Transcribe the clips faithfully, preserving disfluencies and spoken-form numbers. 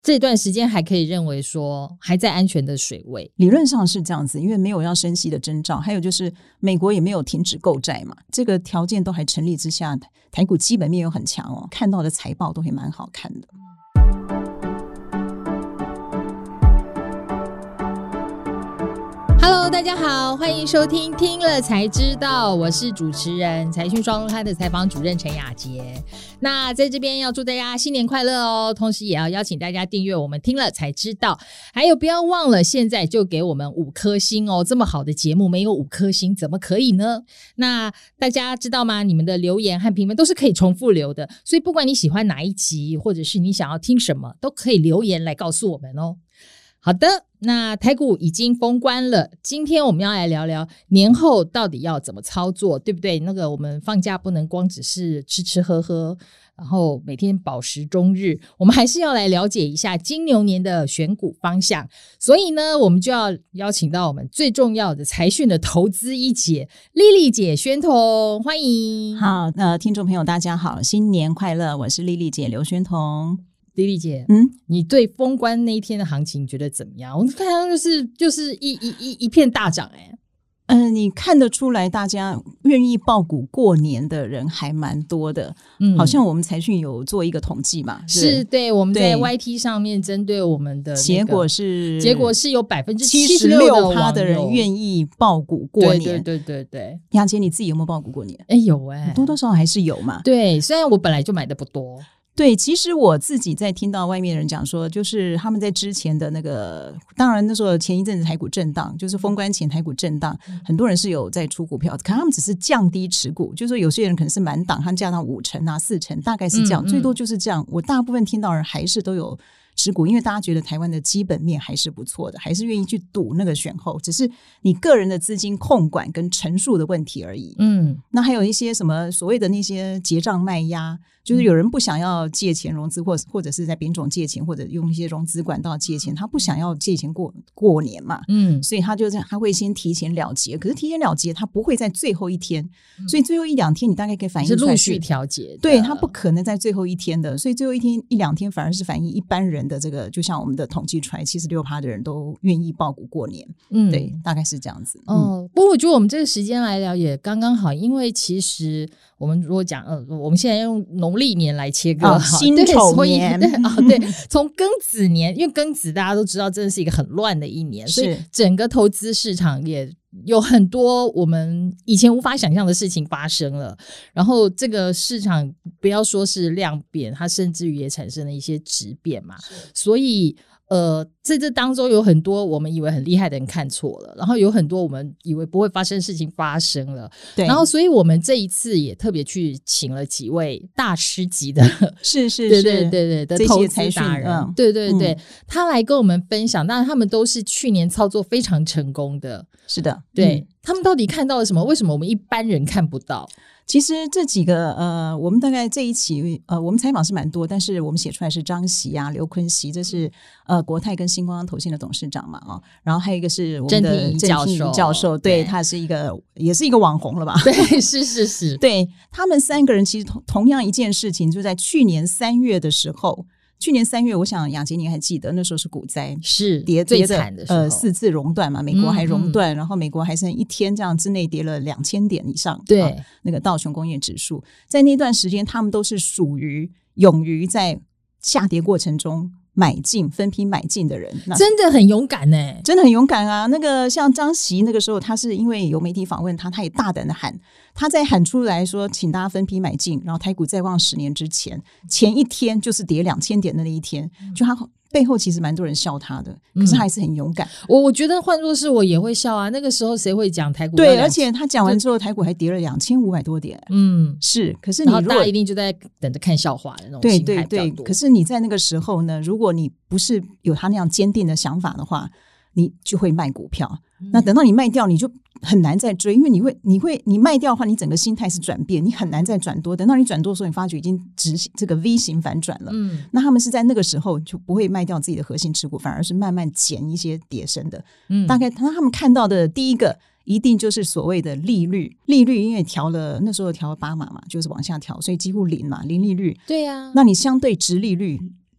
这段时间还可以认为说还在安全的水位。 理论上是这样子，因为没有要升息的征兆，还有就是美国也没有停止购债嘛，这个条件都还成立之下，台股基本面又很强哦，看到的财报都还蛮好看的。 Hello， 大家好，欢迎收听听了才知道，我是主持人财讯双周刊的采访主任陈雅洁。那在这边要祝大家新年快乐哦，同时也要邀请大家订阅我们听了才知道，还有不要忘了现在就给我们五颗星哦，这么好的节目没有五颗星怎么可以呢？那大家知道吗？你们的留言和评论都是可以重复留的，所以不管你喜欢哪一集，或者是你想要听什么，都可以留言来告诉我们哦。好的，那台股已经封关了，今天我们要来聊聊年后到底要怎么操作，对不对？那个我们放假不能光只是吃吃喝喝，然后每天饱食终日，我们还是要来了解一下金牛年的选股方向。所以呢，我们就要邀请到我们最重要的财讯的投资一姐莉莉姐宣彤，欢迎。 好，呃，听众朋友大家好，新年快乐，我是莉莉姐刘宣彤。 莉莉姐， 嗯， 你对封关那一天的行情觉得怎么样？我看到就是就是一一一一片大涨哎、欸。 嗯、呃，你看得出来，大家愿意抱股过年的人还蛮多的。嗯，好像我们财讯有做一个统计嘛， 是对我们在 Y T 上面针对我们的、那个、 结果是结果是有百分之七十六趴的人愿意抱股过年。 对对对对对， 雅洁你自己有没有抱股过年？ 哎、欸，有哎、欸， 多多少少还是有嘛。 对，虽然我本来就买的不多。 对，其实我自己在听到外面的人讲说，就是他们在之前的那个，当然那时候前一阵子台股震荡，就是封关前台股震荡，很多人是有在出股票，可他们只是降低持股，就是说有些人可能是满档，他降到五成啊、四成，大概是这样，嗯嗯最多就是这样。我大部分听到的人还是都有持股，因为大家觉得台湾的基本面还是不错的，还是愿意去赌那个选后，只是你个人的资金控管跟陈述的问题而已。嗯，那还有一些什么所谓的那些结账卖压，就是有人不想要借钱融资，或或者是在别种借钱，或者用一些融资管道借钱，他不想要借钱过过年嘛，嗯，所以他就他会先提前了结，可是提前了结他不会在最后一天，所以最后一两天你大概可以反映出来是陆续调节， 对，他不可能在最后一天的，所以最后一天一两天反而是反映一般人的这个，就像我们的统计出来 百分之七十六 的人都愿意抱股过年，嗯，对，大概是这样子。 哦、嗯，不过我觉得我们这个时间来聊也刚刚好，因为其实我们如果讲呃，我们现在用农历年来切割、哦、 辛丑年， 对啊、哦，对，从庚子年，因为庚子大家都知道真的是一个很乱的一年，所以整个投资市场也有很多我们以前无法想象的事情发生了，然后这个市场不要说是量变，它甚至于也产生了一些质变嘛，所以呃，在这当中有很多我们以为很厉害的人看错了，然后有很多我们以为不会发生的事情发生了，对，然后所以我们这一次也特别去请了几位大师级的， 是是是， 对对对对的投资达人， 嗯、 对对对、嗯，他来跟我们分享，当然他们都是去年操作非常成功的， 是的， 对、 嗯、 他们到底看到了什么？为什么我们一般人看不到？ 其实这几个呃，我们大概这一期呃，我们采访是蛮多，但是我们写出来是张席啊、刘坤席，这是呃国泰跟星光投信的董事长嘛啊、哦，然后还有一个是我们的郑教授，教授对，他是一个也是一个网红了吧？ 对，是是是， 对他们三个人其实同同样一件事情，就在去年三月的时候。去年三月，我想雅洁你还记得，那时候是股灾， 是跌最惨的时候， 呃，四次熔断嘛，美国还熔断、嗯嗯，然后美国还剩一天这样之内跌了两千点以上， 对、 啊，那个道琼工业指数，在那段时间，他们都是属于勇于在下跌过程中买进分批买进的人， 真的很勇敢耶、欸、 真的很勇敢啊！那个像张席那个时候，他是因为有媒体访问他，他也大胆的喊，他在喊出来说请大家分批买进，然后台股再往十年之前前一天就是跌两千点的那一天，就他背后其实蛮多人笑他的，可是他还是很勇敢、嗯、 我我觉得换作是我也会笑啊，那个时候谁会讲台股？ 对，而且他讲完之后台股还跌了两千五百多点，嗯，是，可是你如果然后大家一定就在等着看笑话的那种心态比较多， 对对对，可是你在那个时候呢，如果你不是有他那样坚定的想法的话，你就会卖股票、嗯、那等到你卖掉你就很难再追，因为你会你会你卖掉的话，你整个心态是转变，你很难再转多，等到你转多的时候，你发觉已经直这个 V 型反转了、嗯、那他们是在那个时候就不会卖掉自己的核心持股，反而是慢慢减一些跌升的、嗯、大概他们看到的第一个一定就是所谓的利率，利率因为调了那时候调了八码嘛，就是往下调，所以几乎零嘛，零利率。 对呀、啊， 那你相对殖利率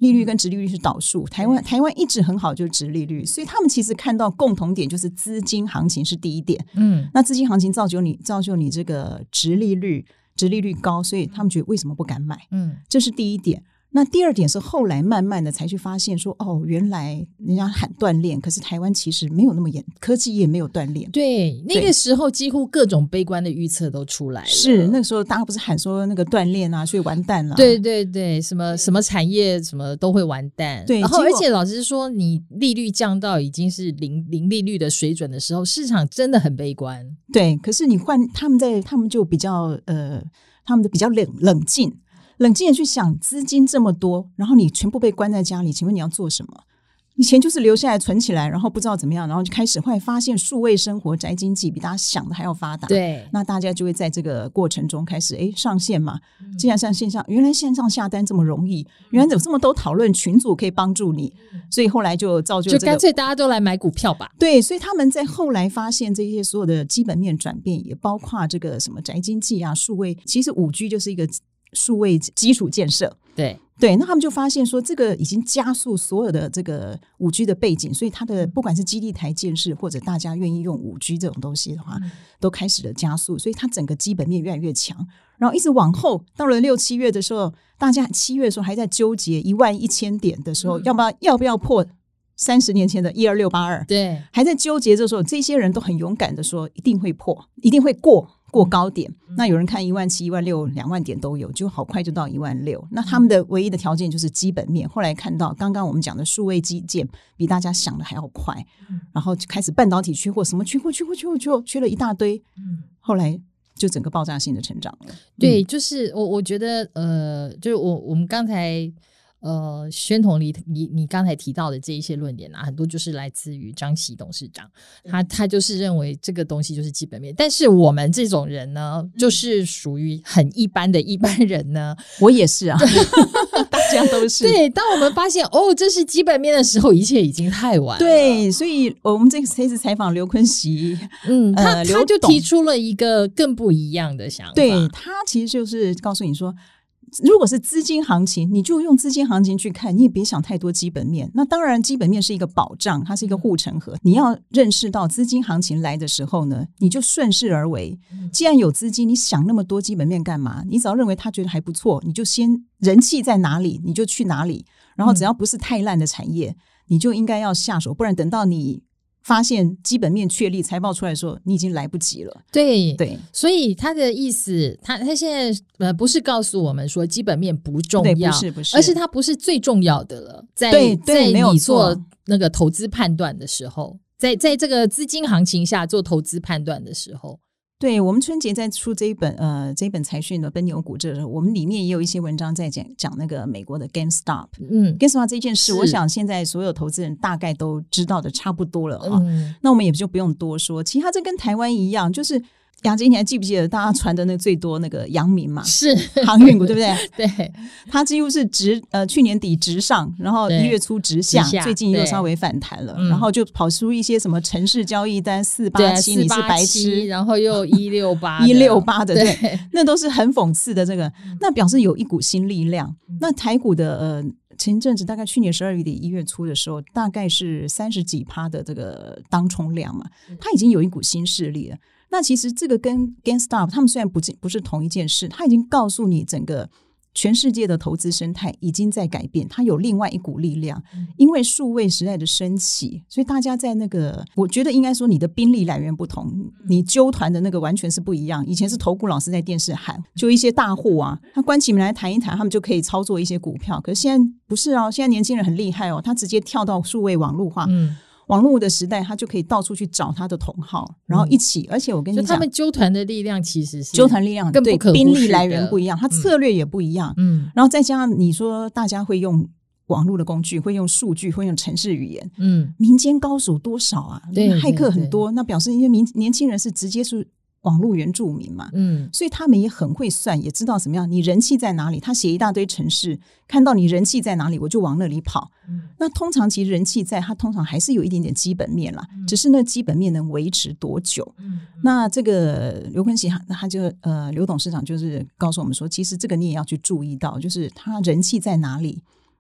利率跟殖利率是倒数，台湾台湾一直很好，就是殖利率，所以他们其实看到共同点就是资金行情是第一点，嗯，那资金行情造就你造就你这个殖利率殖利率高，所以他们觉得为什么不敢买，嗯，这是第一点。那第二点是后来慢慢的才去发现说，哦，原来人家喊断链，可是台湾其实没有那么严，科技业没有断链。 对，那个时候几乎各种悲观的预测都出来了。 是那个时候大家不是喊说那个断链啊，所以完蛋了。 对对对，什么什么产业什么都会完蛋。 对， 然后而且老实说，你利率降到已经是零零利率的水准的时候，市场真的很悲观。 对，可是你换他们在他们就比较呃，他们的比较冷冷静。冷静的去想，资金这么多，然后你全部被关在家里，请问你要做什么？你钱就是留下来存起来，然后不知道怎么样，然后就开始后来发现数位生活宅经济比大家想的还要发达。 对， 那大家就会在这个过程中开始诶上线嘛，既然上线上，原来线上下单这么容易，原来有这么多讨论群组可以帮助你，所以后来就造就、这个、 就干脆大家都来买股票吧。 对，所以他们在后来发现这些所有的基本面转变，也包括这个什么宅经济啊、数位，其实 五 G 就是一个数位基础建设。 对对，那他们就发现说这个已经加速所有的这个 五 G 的背景，所以它的不管是基地台建设或者大家愿意用 五 G 这种东西的话、嗯、都开始了加速，所以它整个基本面越来越强，然后一直往后到了六七月的时候，大家七月的时候还在纠结一万一千点的时候、嗯、要不要要不要破三十年前的一二六八二， 对， 还在纠结的时候，这些人都很勇敢的说一定会破，一定会过过高点、嗯、那有人看一万七、一万六、两万点都有，就好快就到一万六。那他们的唯一的条件就是基本面，后来看到刚刚我们讲的数位基建比大家想的还要快、嗯、然后就开始半导体缺货，什么缺货缺货缺货缺货缺了一大堆、嗯、后来就整个爆炸性的成长了。 对、嗯、就是我我觉得呃，就是我我们刚才呃，宣统你你你刚才提到的这一些论点啊，很多就是来自于张琦董事长，他他就是认为这个东西就是基本面，但是我们这种人呢，就是属于很一般的一般人呢， 我也是啊，大家都是。 对，当我们发现哦，这是基本面的时候，一切已经太晚了。 对，所以我们这次采访刘坤熙， 嗯，他、呃、他就提出了一个更不一样的想法。 对，他其实就是告诉你说，如果是资金行情，你就用资金行情去看，你也别想太多基本面。那当然基本面是一个保障，它是一个护城河，你要认识到资金行情来的时候呢，你就顺势而为。既然有资金，你想那么多基本面干嘛？你只要认为他觉得还不错，你就先人气在哪里你就去哪里，然后只要不是太烂的产业、嗯、你就应该要下手，不然等到你发现基本面确立，财报出来的时候，你已经来不及了。 对对， 所以他的意思，他他现在呃不是告诉我们说基本面不重要， 对，不是不是， 而是它不是最重要的了。在对对， 在你做那个投资判断的时候，在在这个资金行情下做投资判断的时候。 对，我们春节在出这一本呃这一本财讯的奔牛股这时候，我们里面也有一些文章在讲讲那个美国的 GameStop。嗯 ，GameStop 这件事，我想现在所有投资人大概都知道的差不多了啊、哦嗯。那我们也就不用多说，其实它这跟台湾一样，就是雅洁，你还记不记得大家传的那最多那个阳明嘛？ 是航运股，对不对？ 对， 它几乎是直呃去年底直上，然后一月初直下，最近又稍微反弹了，然后就跑出一些什么城市交易单四八七，你是白痴， 然后又一六八一六八的，对，那都是很讽刺的。这个那表示有一股新力量。那台股的呃。前阵子大概去年十二月底一月初的时候，大概是三十几趴的这个当冲量嘛，它已经有一股新势力了。那其实这个跟 GameStop 他们虽然不不是同一件事，它已经告诉你整个全世界的投资生态已经在改变，它有另外一股力量。因为数位时代的升起，所以大家在那个我觉得应该说你的兵力来源不同，你揪团的那个完全是不一样。以前是投顾老师在电视喊，就一些大户啊，他关起门来谈一谈，他们就可以操作一些股票。可是现在不是啊，现在年轻人很厉害哦，他直接跳到数位网络化，嗯，网络的时代，他就可以到处去找他的同好，然后一起、嗯、而且我跟你讲， 就他们纠团的力量其实是纠团力量更不可忽视的， 对，兵力来源不一样，他策略也不一样，嗯，然后再加上你说大家会用网络的工具，会用数据，会用程式语言，嗯，民间高手多少啊？对，骇客很多，那表示因为民年轻人是直接是网络原住民嘛，嗯，所以他们也很会算，也知道怎么样，你人气在哪里，他写一大堆程式，看到你人气在哪里，我就往那里跑。嗯、那通常其实人气在，他通常还是有一点点基本面啦，嗯、只是那基本面能维持多久？嗯、那这个刘坤熙他就呃刘董事长就是告诉我们说，其实这个你也要去注意到，就是他人气在哪里。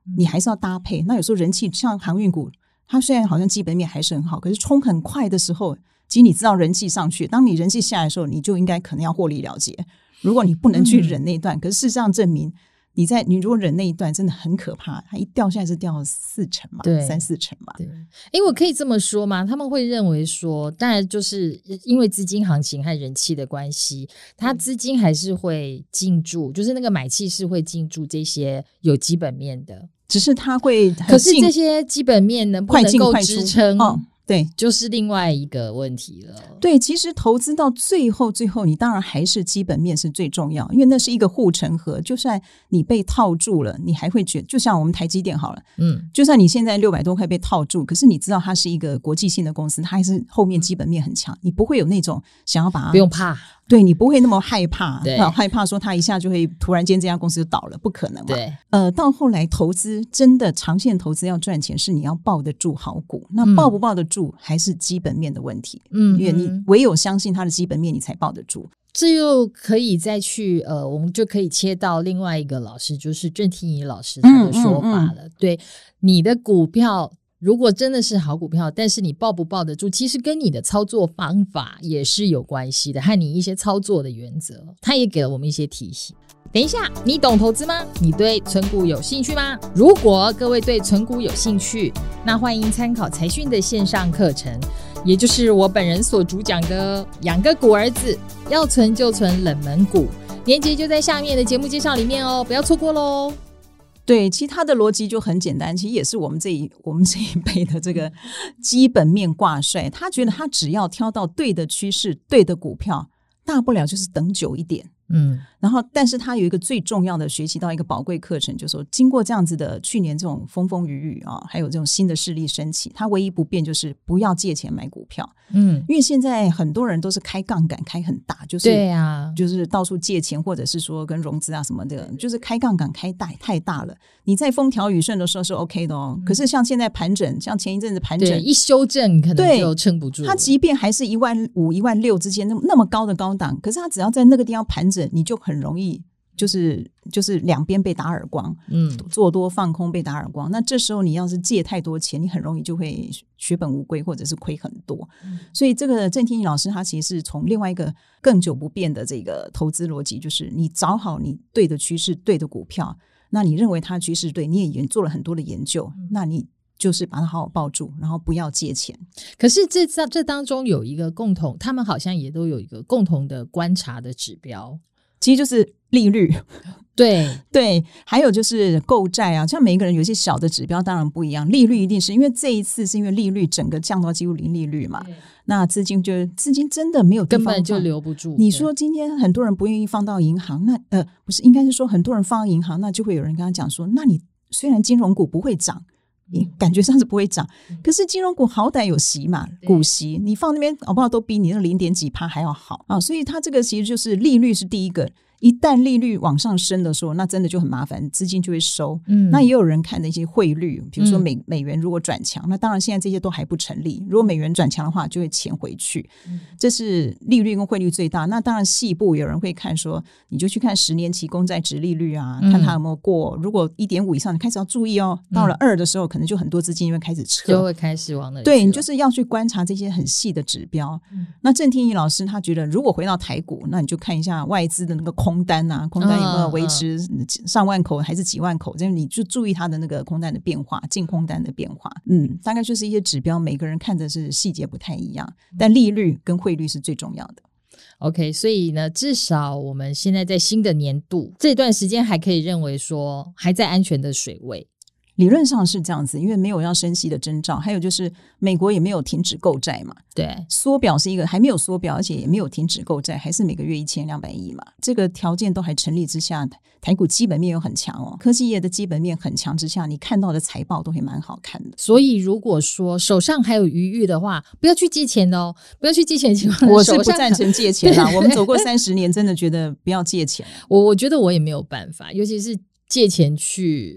你还是要搭配。那有时候人气像航运股，它虽然好像基本面还是很好，可是冲很快的时候，其实你知道人气上去，当你人气下来的时候，你就应该可能要获利了结。如果你不能去忍那一段，嗯、可是事实上证明你在你如果忍那一段真的很可怕，它一掉下来是掉四成嘛，三四成嘛。 对，因为我可以这么说嘛，他们会认为说，当然就是因为资金行情和人气的关系，它资金还是会进驻，就是那个买气是会进驻这些有基本面的， 只是它会， 可是这些基本面能不能够支撑？ 对， 就是另外一个问题了。 对，其实投资到最后最后你当然还是基本面是最重要，因为那是一个护城河，就算你被套住了，你还会觉得就像我们台积电好了，嗯，就算你现在六百多块被套住，可是你知道它是一个国际性的公司，它还是后面基本面很强，你不会有那种想要把它不用怕， 对，你不会那么害怕，对，害怕说它一下就会突然间这家公司就倒了，不可能嘛。 对， 呃，到后来投资真的长线投资要赚钱，是你要抱得住好股，那抱不抱得住还是基本面的问题，嗯，因为你唯有相信它的基本面，你才抱得住。 这又可以再去呃，我们就可以切到另外一个老师，就是郑天仪老师他的说法了。嗯嗯嗯对，你的股票如果真的是好股票，但是你抱不抱得住，其实跟你的操作方法也是有关系的，和你一些操作的原则，他也给了我们一些提醒。等一下，你懂投资吗？你对存股有兴趣吗？如果各位对存股有兴趣，那欢迎参考财讯的线上课程，也就是我本人所主讲的养个股儿子，要存就存冷门股，连结就在下面的节目介绍里面哦，不要错过咯。 对，其实它的逻辑就很简单，其实也是我们这一我们这一辈的这个基本面挂帅，他觉得他只要挑到对的趋势、对的股票，大不了就是等久一点。嗯，然后但是他有一个最重要的学习到一个宝贵课程，就是说经过这样子的去年这种风风雨雨啊，还有这种新的势力升起，他唯一不变就是不要借钱买股票。嗯，因为现在很多人都是开杠杆开很大，就是对啊， 就是到处借钱，或者是说跟融资啊什么的，就是开杠杆开大太大了。你在风调雨顺的时候是 OK 的哦，嗯、可是像现在盘整，像前一阵子盘整一修正，可能就撑不住了。 它即便还是一万五、一万六之间那么那么高的高档，可是它只要在那个地方盘整，你就很容易就是就是两边被打耳光，嗯，做多放空被打耳光。那这时候你要是借太多钱，你很容易就会血本无归，或者是亏很多。嗯、所以这个郑天仪老师他其实是从另外一个更久不变的这个投资逻辑，就是你找好你对的趋势、对的股票，那你认为它趋势对，你也已经做了很多的研究，嗯、那你就是把它好好抱住，然后不要借钱。 可是这这当中有一个共同，他们好像也都有一个共同的观察的指标， 其实就是利率。 对对，还有就是购债啊，像每一个人有一些小的指标当然不一样，利率一定是因为这一次是因为利率整个降到几乎零利率嘛，那资金就资金真的没有地方放， 根本就留不住。 你说今天很多人不愿意放到银行，那呃不是应该是说很多人放到银行，那就会有人跟他讲说，那你虽然金融股不会涨，你感觉上是不会涨，可是金融股好歹有息嘛，股息你放那边好不好都比你那零点几趴还要好啊，所以它这个其实就是利率是第一个。一旦利率往上升的时候，那真的就很麻烦，资金就会收。嗯，那也有人看的一些汇率，比如说美、嗯、美元如果转强，那当然现在这些都还不成立。如果美元转强的话，就会钱回去。嗯、这是利率跟汇率最大。那当然细部有人会看说，你就去看十年期公债殖利率啊，嗯、看它有没有过。如果一点五以上，你开始要注意哦。到了二的时候，可能就很多资金会开始撤， 就会开始往那里。 对，你就是要去观察这些很细的指标。嗯、那郑天仪老师他觉得，如果回到台股，那你就看一下外资的那个空空单啊，空单有没有维持上万口还是几万口，这样你就注意它的那个空单的变化，净空单的变化。嗯，大概就是一些指标，每个人看的是细节不太一样，但利率跟汇率是最重要的。 OK， 所以呢，至少我们现在在新的年度这段时间还可以认为说还在安全的水位。 理论上是这样子，因为没有要升息的征兆，还有就是美国也没有停止购债嘛， 对， 缩表是一个还没有缩表，而且也没有停止购债，还是每个月一千两百亿嘛，这个条件都还成立之下，台股基本面又很强哦，科技业的基本面很强之下，你看到的财报都会蛮好看的。 所以如果说手上还有余裕的话，不要去借钱的哦，不要去借钱的情况下， 我是不赞成借钱啦。我们走过三十年，真的觉得不要借钱。 我我觉得我也没有办法，尤其是借钱去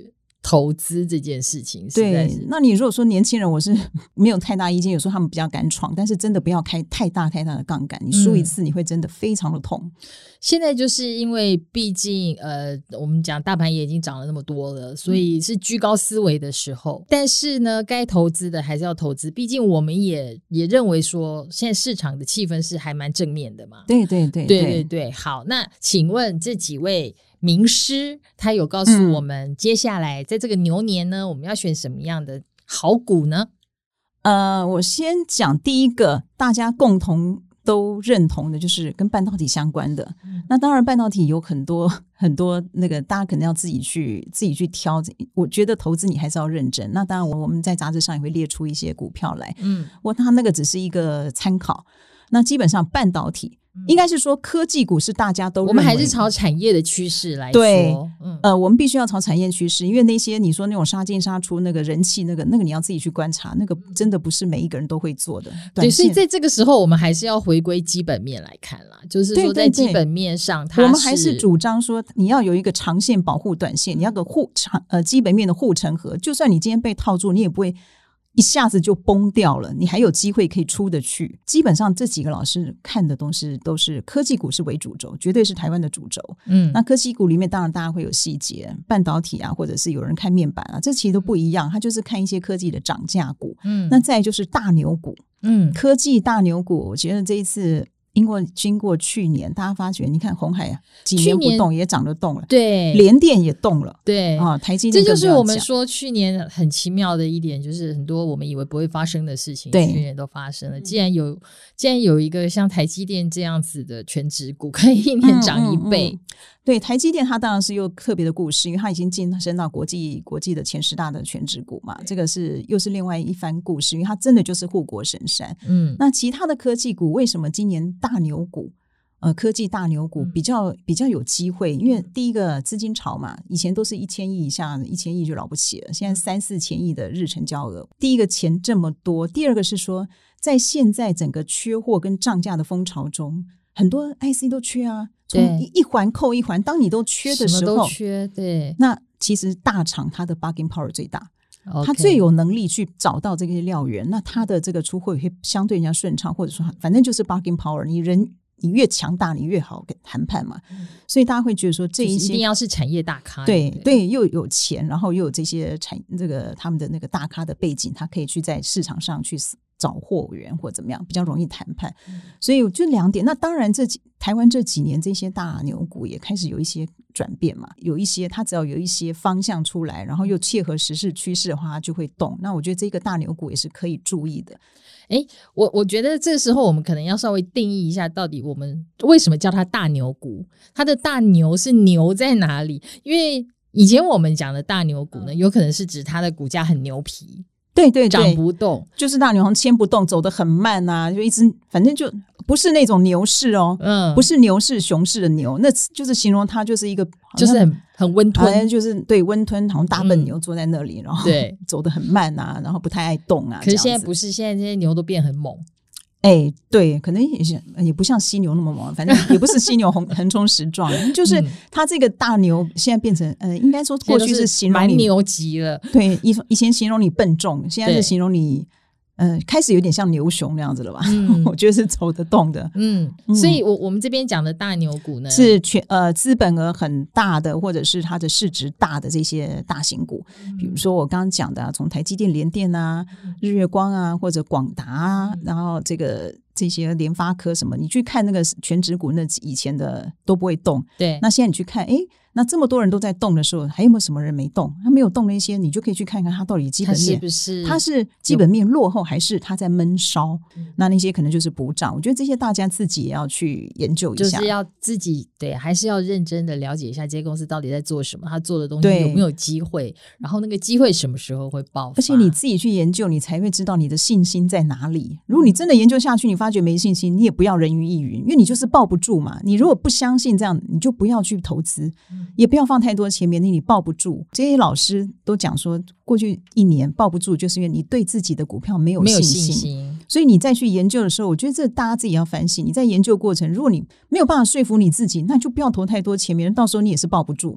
投资这件事情。对， 那你如果说年轻人，我是没有太大意见，有时候他们比较敢闯，但是真的不要开太大太大的杠杆，你输一次你会真的非常的痛。嗯， 现在就是因为毕竟呃，我们讲大盘也已经涨了那么多了，所以是居高思维的时候，嗯，但是呢该投资的还是要投资，毕竟我们也也认为说现在市场的气氛是还蛮正面的嘛。 对对对对对对。好，那请问这几位名师他有告诉我们，嗯，接下来在这个牛年呢我们要选什么样的好股呢？ 呃，我先讲第一个大家共同都认同的，就是跟半导体相关的。嗯，那当然半导体有很多很多那个大家可能要自己去自己去挑，我觉得投资你还是要认真。那当然我们在杂志上也会列出一些股票来，嗯，我它那个只是一个参考。那基本上半导体应该是说科技股是大家都认为， 我们还是朝产业的趋势来说。 对，嗯，呃，我们必须要朝产业趋势，因为那些你说那种杀进杀出那个人气，那个那个你要自己去观察，那个真的不是每一个人都会做的。 对，所以在这个时候我们还是要回归基本面来看啦，就是说在基本面上它是， 我们还是主张说你要有一个长线保护短线，你要个护长呃基本面的护城河，就算你今天被套住，你也不会一下子就崩掉了，你还有机会可以出得去。基本上这几个老师看的东西都是科技股是为主轴，绝对是台湾的主轴。嗯，那科技股里面当然大家会有细节，半导体啊，或者是有人看面板啊，这其实都不一样，他就是看一些科技的涨价股。嗯，那再来就是大牛股。嗯，科技大牛股，我觉得这一次因为经过去年大家发觉，你看鸿海啊几年不动也涨得动了， 对， 联电也动了， 对啊，台积电这就是我们说去年很奇妙的一点，就是很多我们以为不会发生的事情去年都发生了。既然有既然有一个像台积电这样子的全指股可以一年涨一倍，嗯嗯嗯， 对，台积电它当然是有特别的故事，因为它已经晋升到国际国际的前十大的全指股嘛，这个是又是另外一番故事，因为它真的就是护国神山。嗯，那其他的科技股为什么今年大牛股呃，科技大牛股比较比较有机会？因为第一个资金潮嘛，以前都是一千亿以下，一千亿就了不起了，现在三四千亿的日成交额，第一个钱这么多，第二个是说在现在整个缺货跟涨价的风潮中，很多 I C 都缺啊，从一环扣一环，当你都缺的时候，什么都缺，对， 那其实大厂它的 bargaining power 最大。Okay. 他最有能力去找到这些料源，那他的这个出货也会相对人家顺畅，或者说反正就是 bargaining power， 你人你越强大你越好谈判嘛，嗯，所以大家会觉得说这一些，就是， 一定要是产业大咖， 对 对, 对，又有钱，然后又有这些产这个他们的那个大咖的背景，他可以去在市场上去找货源或怎么样，比较容易谈判。嗯，所以就两点。那当然这几台湾这几年这些大牛股也开始有一些转变嘛，有一些它只要有一些方向出来，然后又切合时事趋势的话，它就会动。那我觉得这个大牛股也是可以注意的。 哎，我我觉得这时候我们可能要稍微定义一下，到底我们为什么叫它大牛股？它的大牛是牛在哪里？因为以前我们讲的大牛股呢，有可能是指它的股价很牛皮， 对对对， 涨不动， 就是大牛行牵不动，走得很慢啊，就一直反正就不是那种牛市哦，嗯，不是牛市熊市的牛，那就是形容它就是一个就是很很温吞， 好像就是对温吞，好像大笨牛坐在那里，嗯，然后对走得很慢啊，然后不太爱动啊。 可是现在不是，现在这些牛都变很猛。 哎，对，可能也是也不像犀牛那么猛，反正也不是犀牛横横冲直撞，就是它这个大牛现在变成呃，应该说过去是形容你蛮牛级了， 对，以以前形容你笨重，现在是形容你呃，开始有点像牛熊那样子了吧？嗯，我觉得是走得动的。嗯， 所以我我们这边讲的大牛股呢， 是全呃资本额很大的，或者是它的市值大的这些大型股，嗯，比如说我刚刚讲的，啊，从台积电、联电啊、日月光啊，或者广达啊，嗯，然后这个这些联发科什么，你去看那个全指股，那以前的都不会动。对，那现在你去看，哎。那这么多人都在动的时候，还有没有什么人没动？他没有动那些，你就可以去看看他到底基本面是不是他是基本面落后，还是他在闷烧？那那些可能就是补涨。我觉得这些大家自己也要去研究一下， 就是要自己对，还是要认真的了解一下这些公司到底在做什么，他做的东西有没有机会，然后那个机会什么时候会爆发？ 而且你自己去研究，你才会知道你的信心在哪里。如果你真的研究下去，你发觉没信心，你也不要人云亦云，因为你就是抱不住嘛。你如果不相信这样，你就不要去投资。也不要放太多钱，免得你抱不住。这些老师都讲说，过去一年抱不住，就是因为你对自己的股票没有信心，没有信心，所以你再去研究的时候，我觉得这大家自己要反省。你在研究过程，如果你没有办法说服你自己，那就不要投太多钱，免得到时候你也是抱不住嘛。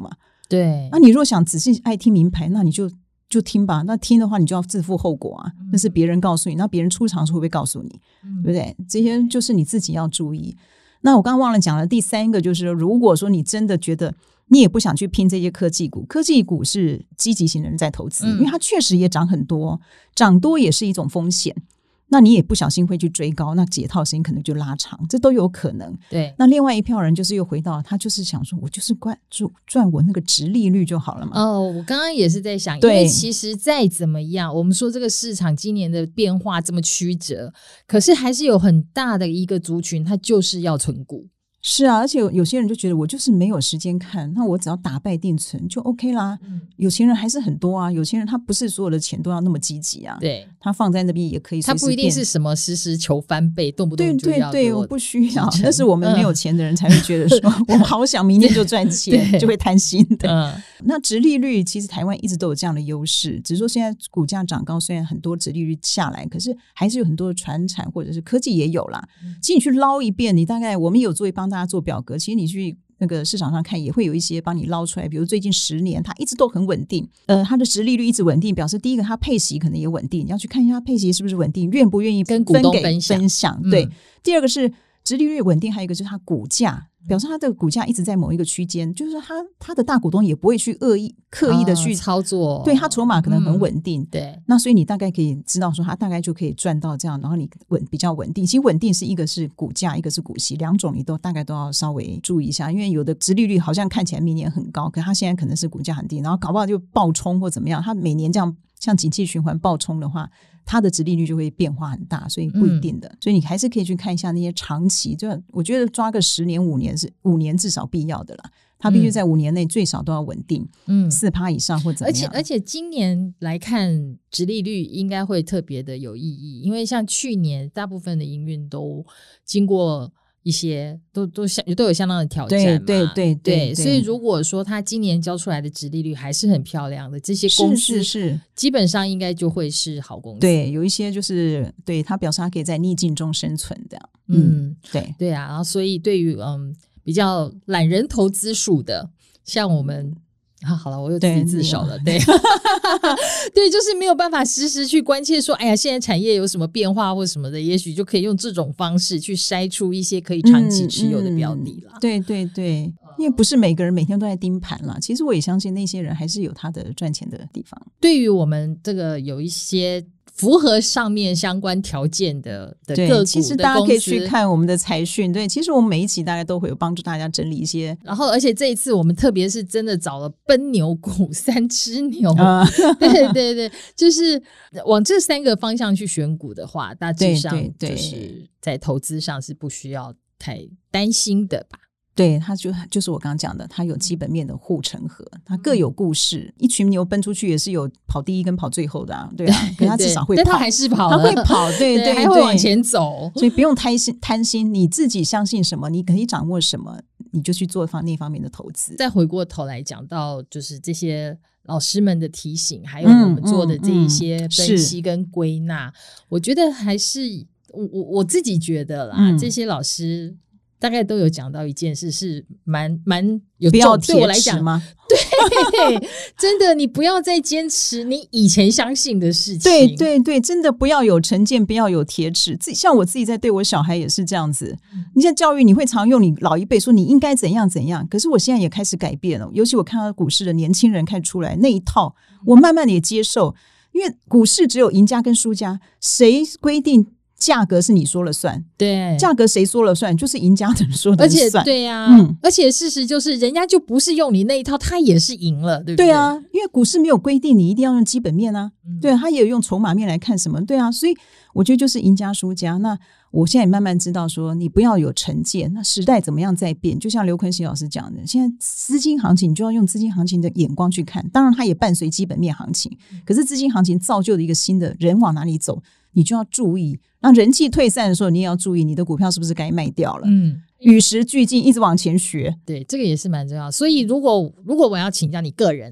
对， 那你如果想仔细爱听名牌，那你就就听吧，那听的话你就要自负后果啊，那是别人告诉你，那别人出场时会不会告诉你、嗯、对不对？这些就是你自己要注意。那我刚刚忘了讲了第三个，就是如果说你真的觉得你也不想去拼这些科技股，科技股是积极型的人在投资、嗯、因为它确实也涨很多，涨多也是一种风险，那你也不小心会去追高，那解套时间可能就拉长，这都有可能。 对， 那另外一票人就是又回到他就是想说我就是赚赚我那个殖利率就好了嘛。 哦，我刚刚也是在想，因为其实再怎么样我们说这个市场今年的变化这么曲折，可是还是有很大的一个族群它就是要存股。 是啊，而且有些人就觉得我就是没有时间看，那我只要打败定存就 OK 啦、嗯、有钱人还是很多啊，有钱人他不是所有的钱都要那么积极啊， 对， 他放在那边也可以随时变， 他不一定是什么时时求翻倍，动不动就要对对对，我不需要，那是我们没有钱的人才会觉得说、嗯、我好想明天就赚钱就会贪心的、嗯、那殖利率其实台湾一直都有这样的优势，只是说现在股价涨高，虽然很多殖利率下来，可是还是有很多的传产或者是科技也有啦、嗯、其实你去捞一遍，你大概我们有做一帮大家做表格，其实你去那个市场上看也会有一些帮你捞出来，比如最近十年它一直都很稳定，呃，它的殖利率一直稳定，表示第一个它配息可能也稳定，你要去看一下它配息是不是稳定，愿不愿意跟股东分享， 分享对、嗯、第二个是殖利率稳定，还有一个就是它股价，表示它的股价一直在某一个区间，就是它它的大股东也不会去恶意刻意的去、 哦、操作， 对，它筹码可能很稳定、嗯、 对， 那所以你大概可以知道说它大概就可以赚到这样，然后你稳比较稳定。其实稳定是一个是股价，一个是股息，两种你都大概都要稍微注意一下，因为有的殖利率好像看起来明年很高，可它现在可能是股价很低，然后搞不好就暴冲或怎么样，它每年这样像景气循环暴冲的话，它的殖利率就会变化很大，所以不一定的、嗯、所以你还是可以去看一下那些长期，就我觉得抓个十年五年是五年至少必要的啦，它必须在五年内最少都要稳定，嗯，四趴以上或怎么样。 而且而且今年来看，殖利率应该会特别的有意义，因为像去年大部分的营运都经过一些都都都有相当的挑战嘛， 对对 对 对, 对，所以如果说他今年交出来的殖利率还是很漂亮的，这些公司是是是基本上应该就会是好公司。 对，有一些就是对他表示他可以在逆境中生存的， 嗯， 对对啊，然后所以对于嗯比较懒人投资属的，像我们。啊，好了，我又自己自首了，对，对, 对，就是没有办法时时去关切说，哎呀，现在产业有什么变化或什么的，也许就可以用这种方式去筛出一些可以长期持有的标的啦、 嗯嗯。对对对，因为不是每个人每天都在盯盘啦，其实我也相信那些人还是有他的赚钱的地方。 对于我们这个有一些符合上面相关条件的的个股， 其实大家可以去看我们的财讯。对，其实我们每一期大概都会有帮助大家整理一些。 然后，而且这一次我们特别是真的找了奔牛股、三只牛，嗯、对对对，就是往这三个方向去选股的话，大致上就是在投资上是不需要太担心的吧。 对，它就就是我刚刚讲的，它有基本面的护城河，它各有故事。一群牛奔出去也是有跑第一跟跑最后的啊，对啊，可是它至少会跑， 但它还是跑了， 它会跑，对 对, 对， 还会往前走， 所以不用贪心，贪心，你自己相信什么，你可以掌握什么，你就去做方那方面的投资。 再回过头来讲到，就是这些老师们的提醒，还有我们做的这一些分析跟归纳，嗯嗯、我觉得还是我我我自己觉得啦，嗯、这些老师。大概都有讲到一件事是蛮蛮有重，对我来讲吗？对，真的，你不要再坚持你以前相信的事情。 对对对，真的不要有成见，不要有铁齿。自己像我自己在对我小孩也是这样子。嗯、你在教育，你会常用你老一辈说你应该怎样怎样，可是我现在也开始改变了。尤其我看到股市的年轻人开始出来那一套，我慢慢的也接受，因为股市只有赢家跟输家，谁规定？价格是你说了算， 对， 价格谁说了算，就是赢家的人说了算。 而且对啊、嗯、而且事实就是人家就不是用你那一套，他也是赢了，对不对？ 对啊，因为股市没有规定你一定要用基本面啊，嗯、对啊，他也有用筹码面来看什么，对啊，所以我觉得就是赢家输家。那我现在也慢慢知道说你不要有成见，那时代怎么样在变，就像刘坤熙老师讲的，现在资金行情你就要用资金行情的眼光去看，当然它也伴随基本面行情，可是资金行情造就的一个新的人往哪里走，你就要注意。那人气退散的时候，你也要注意你的股票是不是该卖掉了。嗯，与时俱进，一直往前学。 对，这个也是蛮重要。所以如果如果我要请教你个人好了，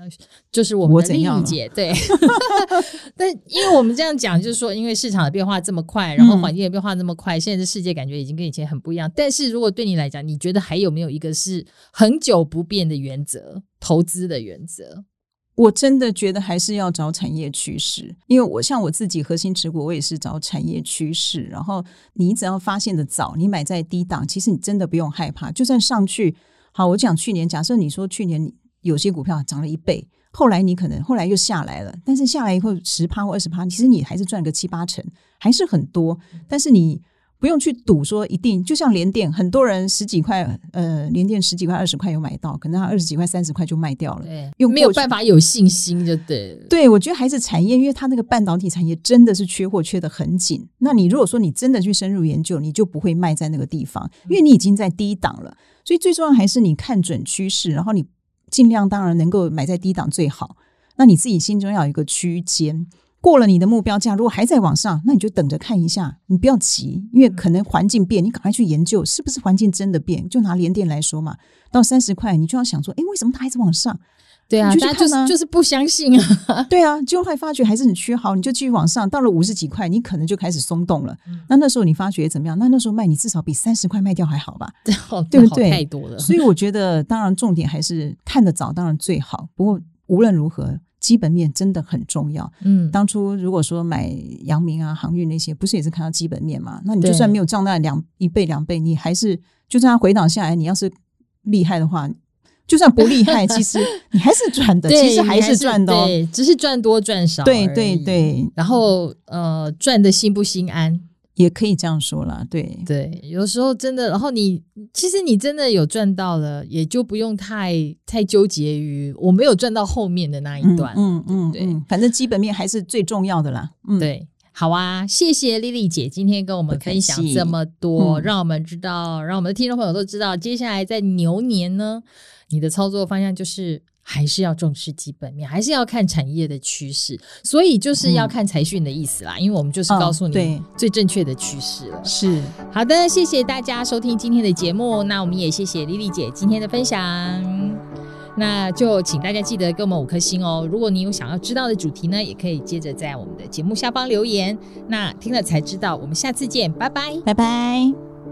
就是我们的丽丽姐，对。但因为我们这样讲，就是说，因为市场的变化这么快，然后环境的变化这么快，嗯、现在的世界感觉已经跟以前很不一样。但是如果对你来讲，你觉得还有没有一个是恒久不变的原则？投资的原则？ 我真的觉得还是要找产业趋势，因为我像我自己核心持股，我也是找产业趋势。然后你只要发现的早，你买在低档，其实你真的不用害怕，就算上去。好，我讲去年，假设你说去年有些股票涨了一倍，后来你可能后来又下来了，但是下来以后 百分之十 或 百分之二十， 其实你还是赚个七八成，还是很多。但是你不用去赌说一定，就像联电，很多人十几块，呃，联电十几块、二十块有买到，可能他二十几块、三十块就卖掉了， 对，用没有办法有信心就对了。 对，我觉得还是产业，因为它那个半导体产业真的是缺货缺得很紧。那你如果说你真的去深入研究，你就不会卖在那个地方，因为你已经在低档了。所以最重要还是你看准趋势，然后你尽量当然能够买在低档最好。那你自己心中要有一个区间。过了你的目标价，如果还在往上，那你就等着看一下，你不要急，因为可能环境变，你赶快去研究是不是环境真的变。就拿联电来说嘛，到三十块，你就要想说，诶，为什么它还是往上？ 对啊，大家就是就是不相信啊。 对啊，就会发觉还是很缺好，你就继续往上，到了五十几块，你可能就开始松动了。嗯、那那时候你发觉怎么样？那那时候卖你至少比三十块卖掉还好吧？ 哦、 对不对？ 太多了。 所以我觉得，当然重点还是看得早，当然最好。不过无论如何，基本面真的很重要。嗯，当初如果说买阳明啊、航运那些，不是也是看到基本面嘛？那你就算没有涨到两一倍两倍，你还是就算它回档下来，你要是厉害的话。就算不厉害，其实你还是赚的，其实还是赚的、哦， 对，只是赚多赚少。 对对对， 然后呃，赚的心不心安， 也可以这样说啦。对对，有时候真的，然后你其实你真的有赚到了，也就不用太太纠结于我没有赚到后面的那一段。 嗯嗯对、嗯，反正基本面还是最重要的啦。嗯， 对。好啊，谢谢丽丽姐今天跟我们分享这么多、嗯、让我们知道，让我们的听众朋友都知道，接下来在牛年呢，你的操作方向就是还是要重视基本面，还是要看产业的趋势，所以就是要看财讯的意思啦、嗯、因为我们就是告诉你最正确的趋势了、哦、 是。 好的，谢谢大家收听今天的节目，那我们也谢谢丽丽姐今天的分享，那就请大家记得给我们五颗星哦。如果你有想要知道的主题呢，也可以接着在我们的节目下方留言。那听了才知道，我们下次见，拜拜， 拜拜。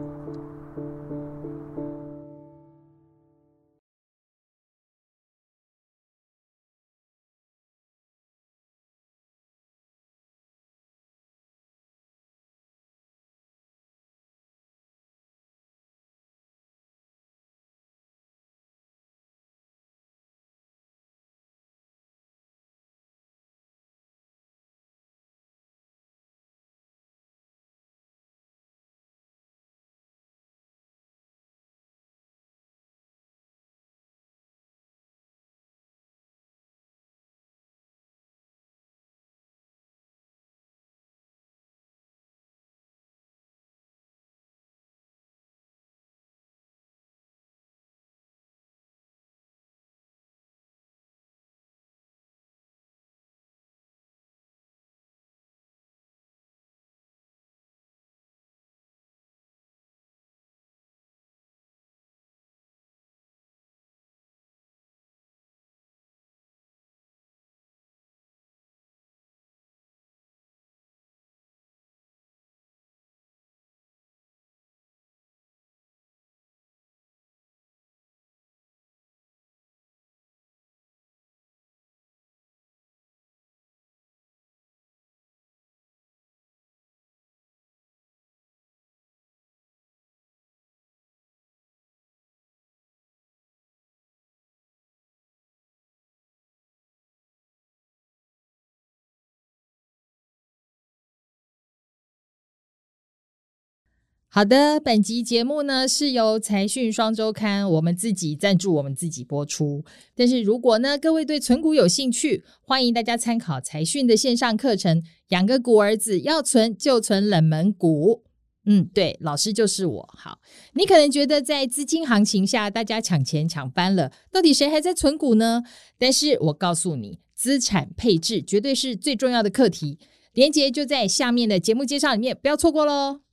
好的，本集节目呢是由财讯双周刊我们自己赞助我们自己播出，但是如果呢各位对存股有兴趣，欢迎大家参考财讯的线上课程，养个股儿子，要存就存冷门股。嗯，对，老师就是我。好，你可能觉得在资金行情下大家抢钱抢翻了，到底谁还在存股呢？但是我告诉你，资产配置绝对是最重要的课题，连结就在下面的节目介绍里面，不要错过咯。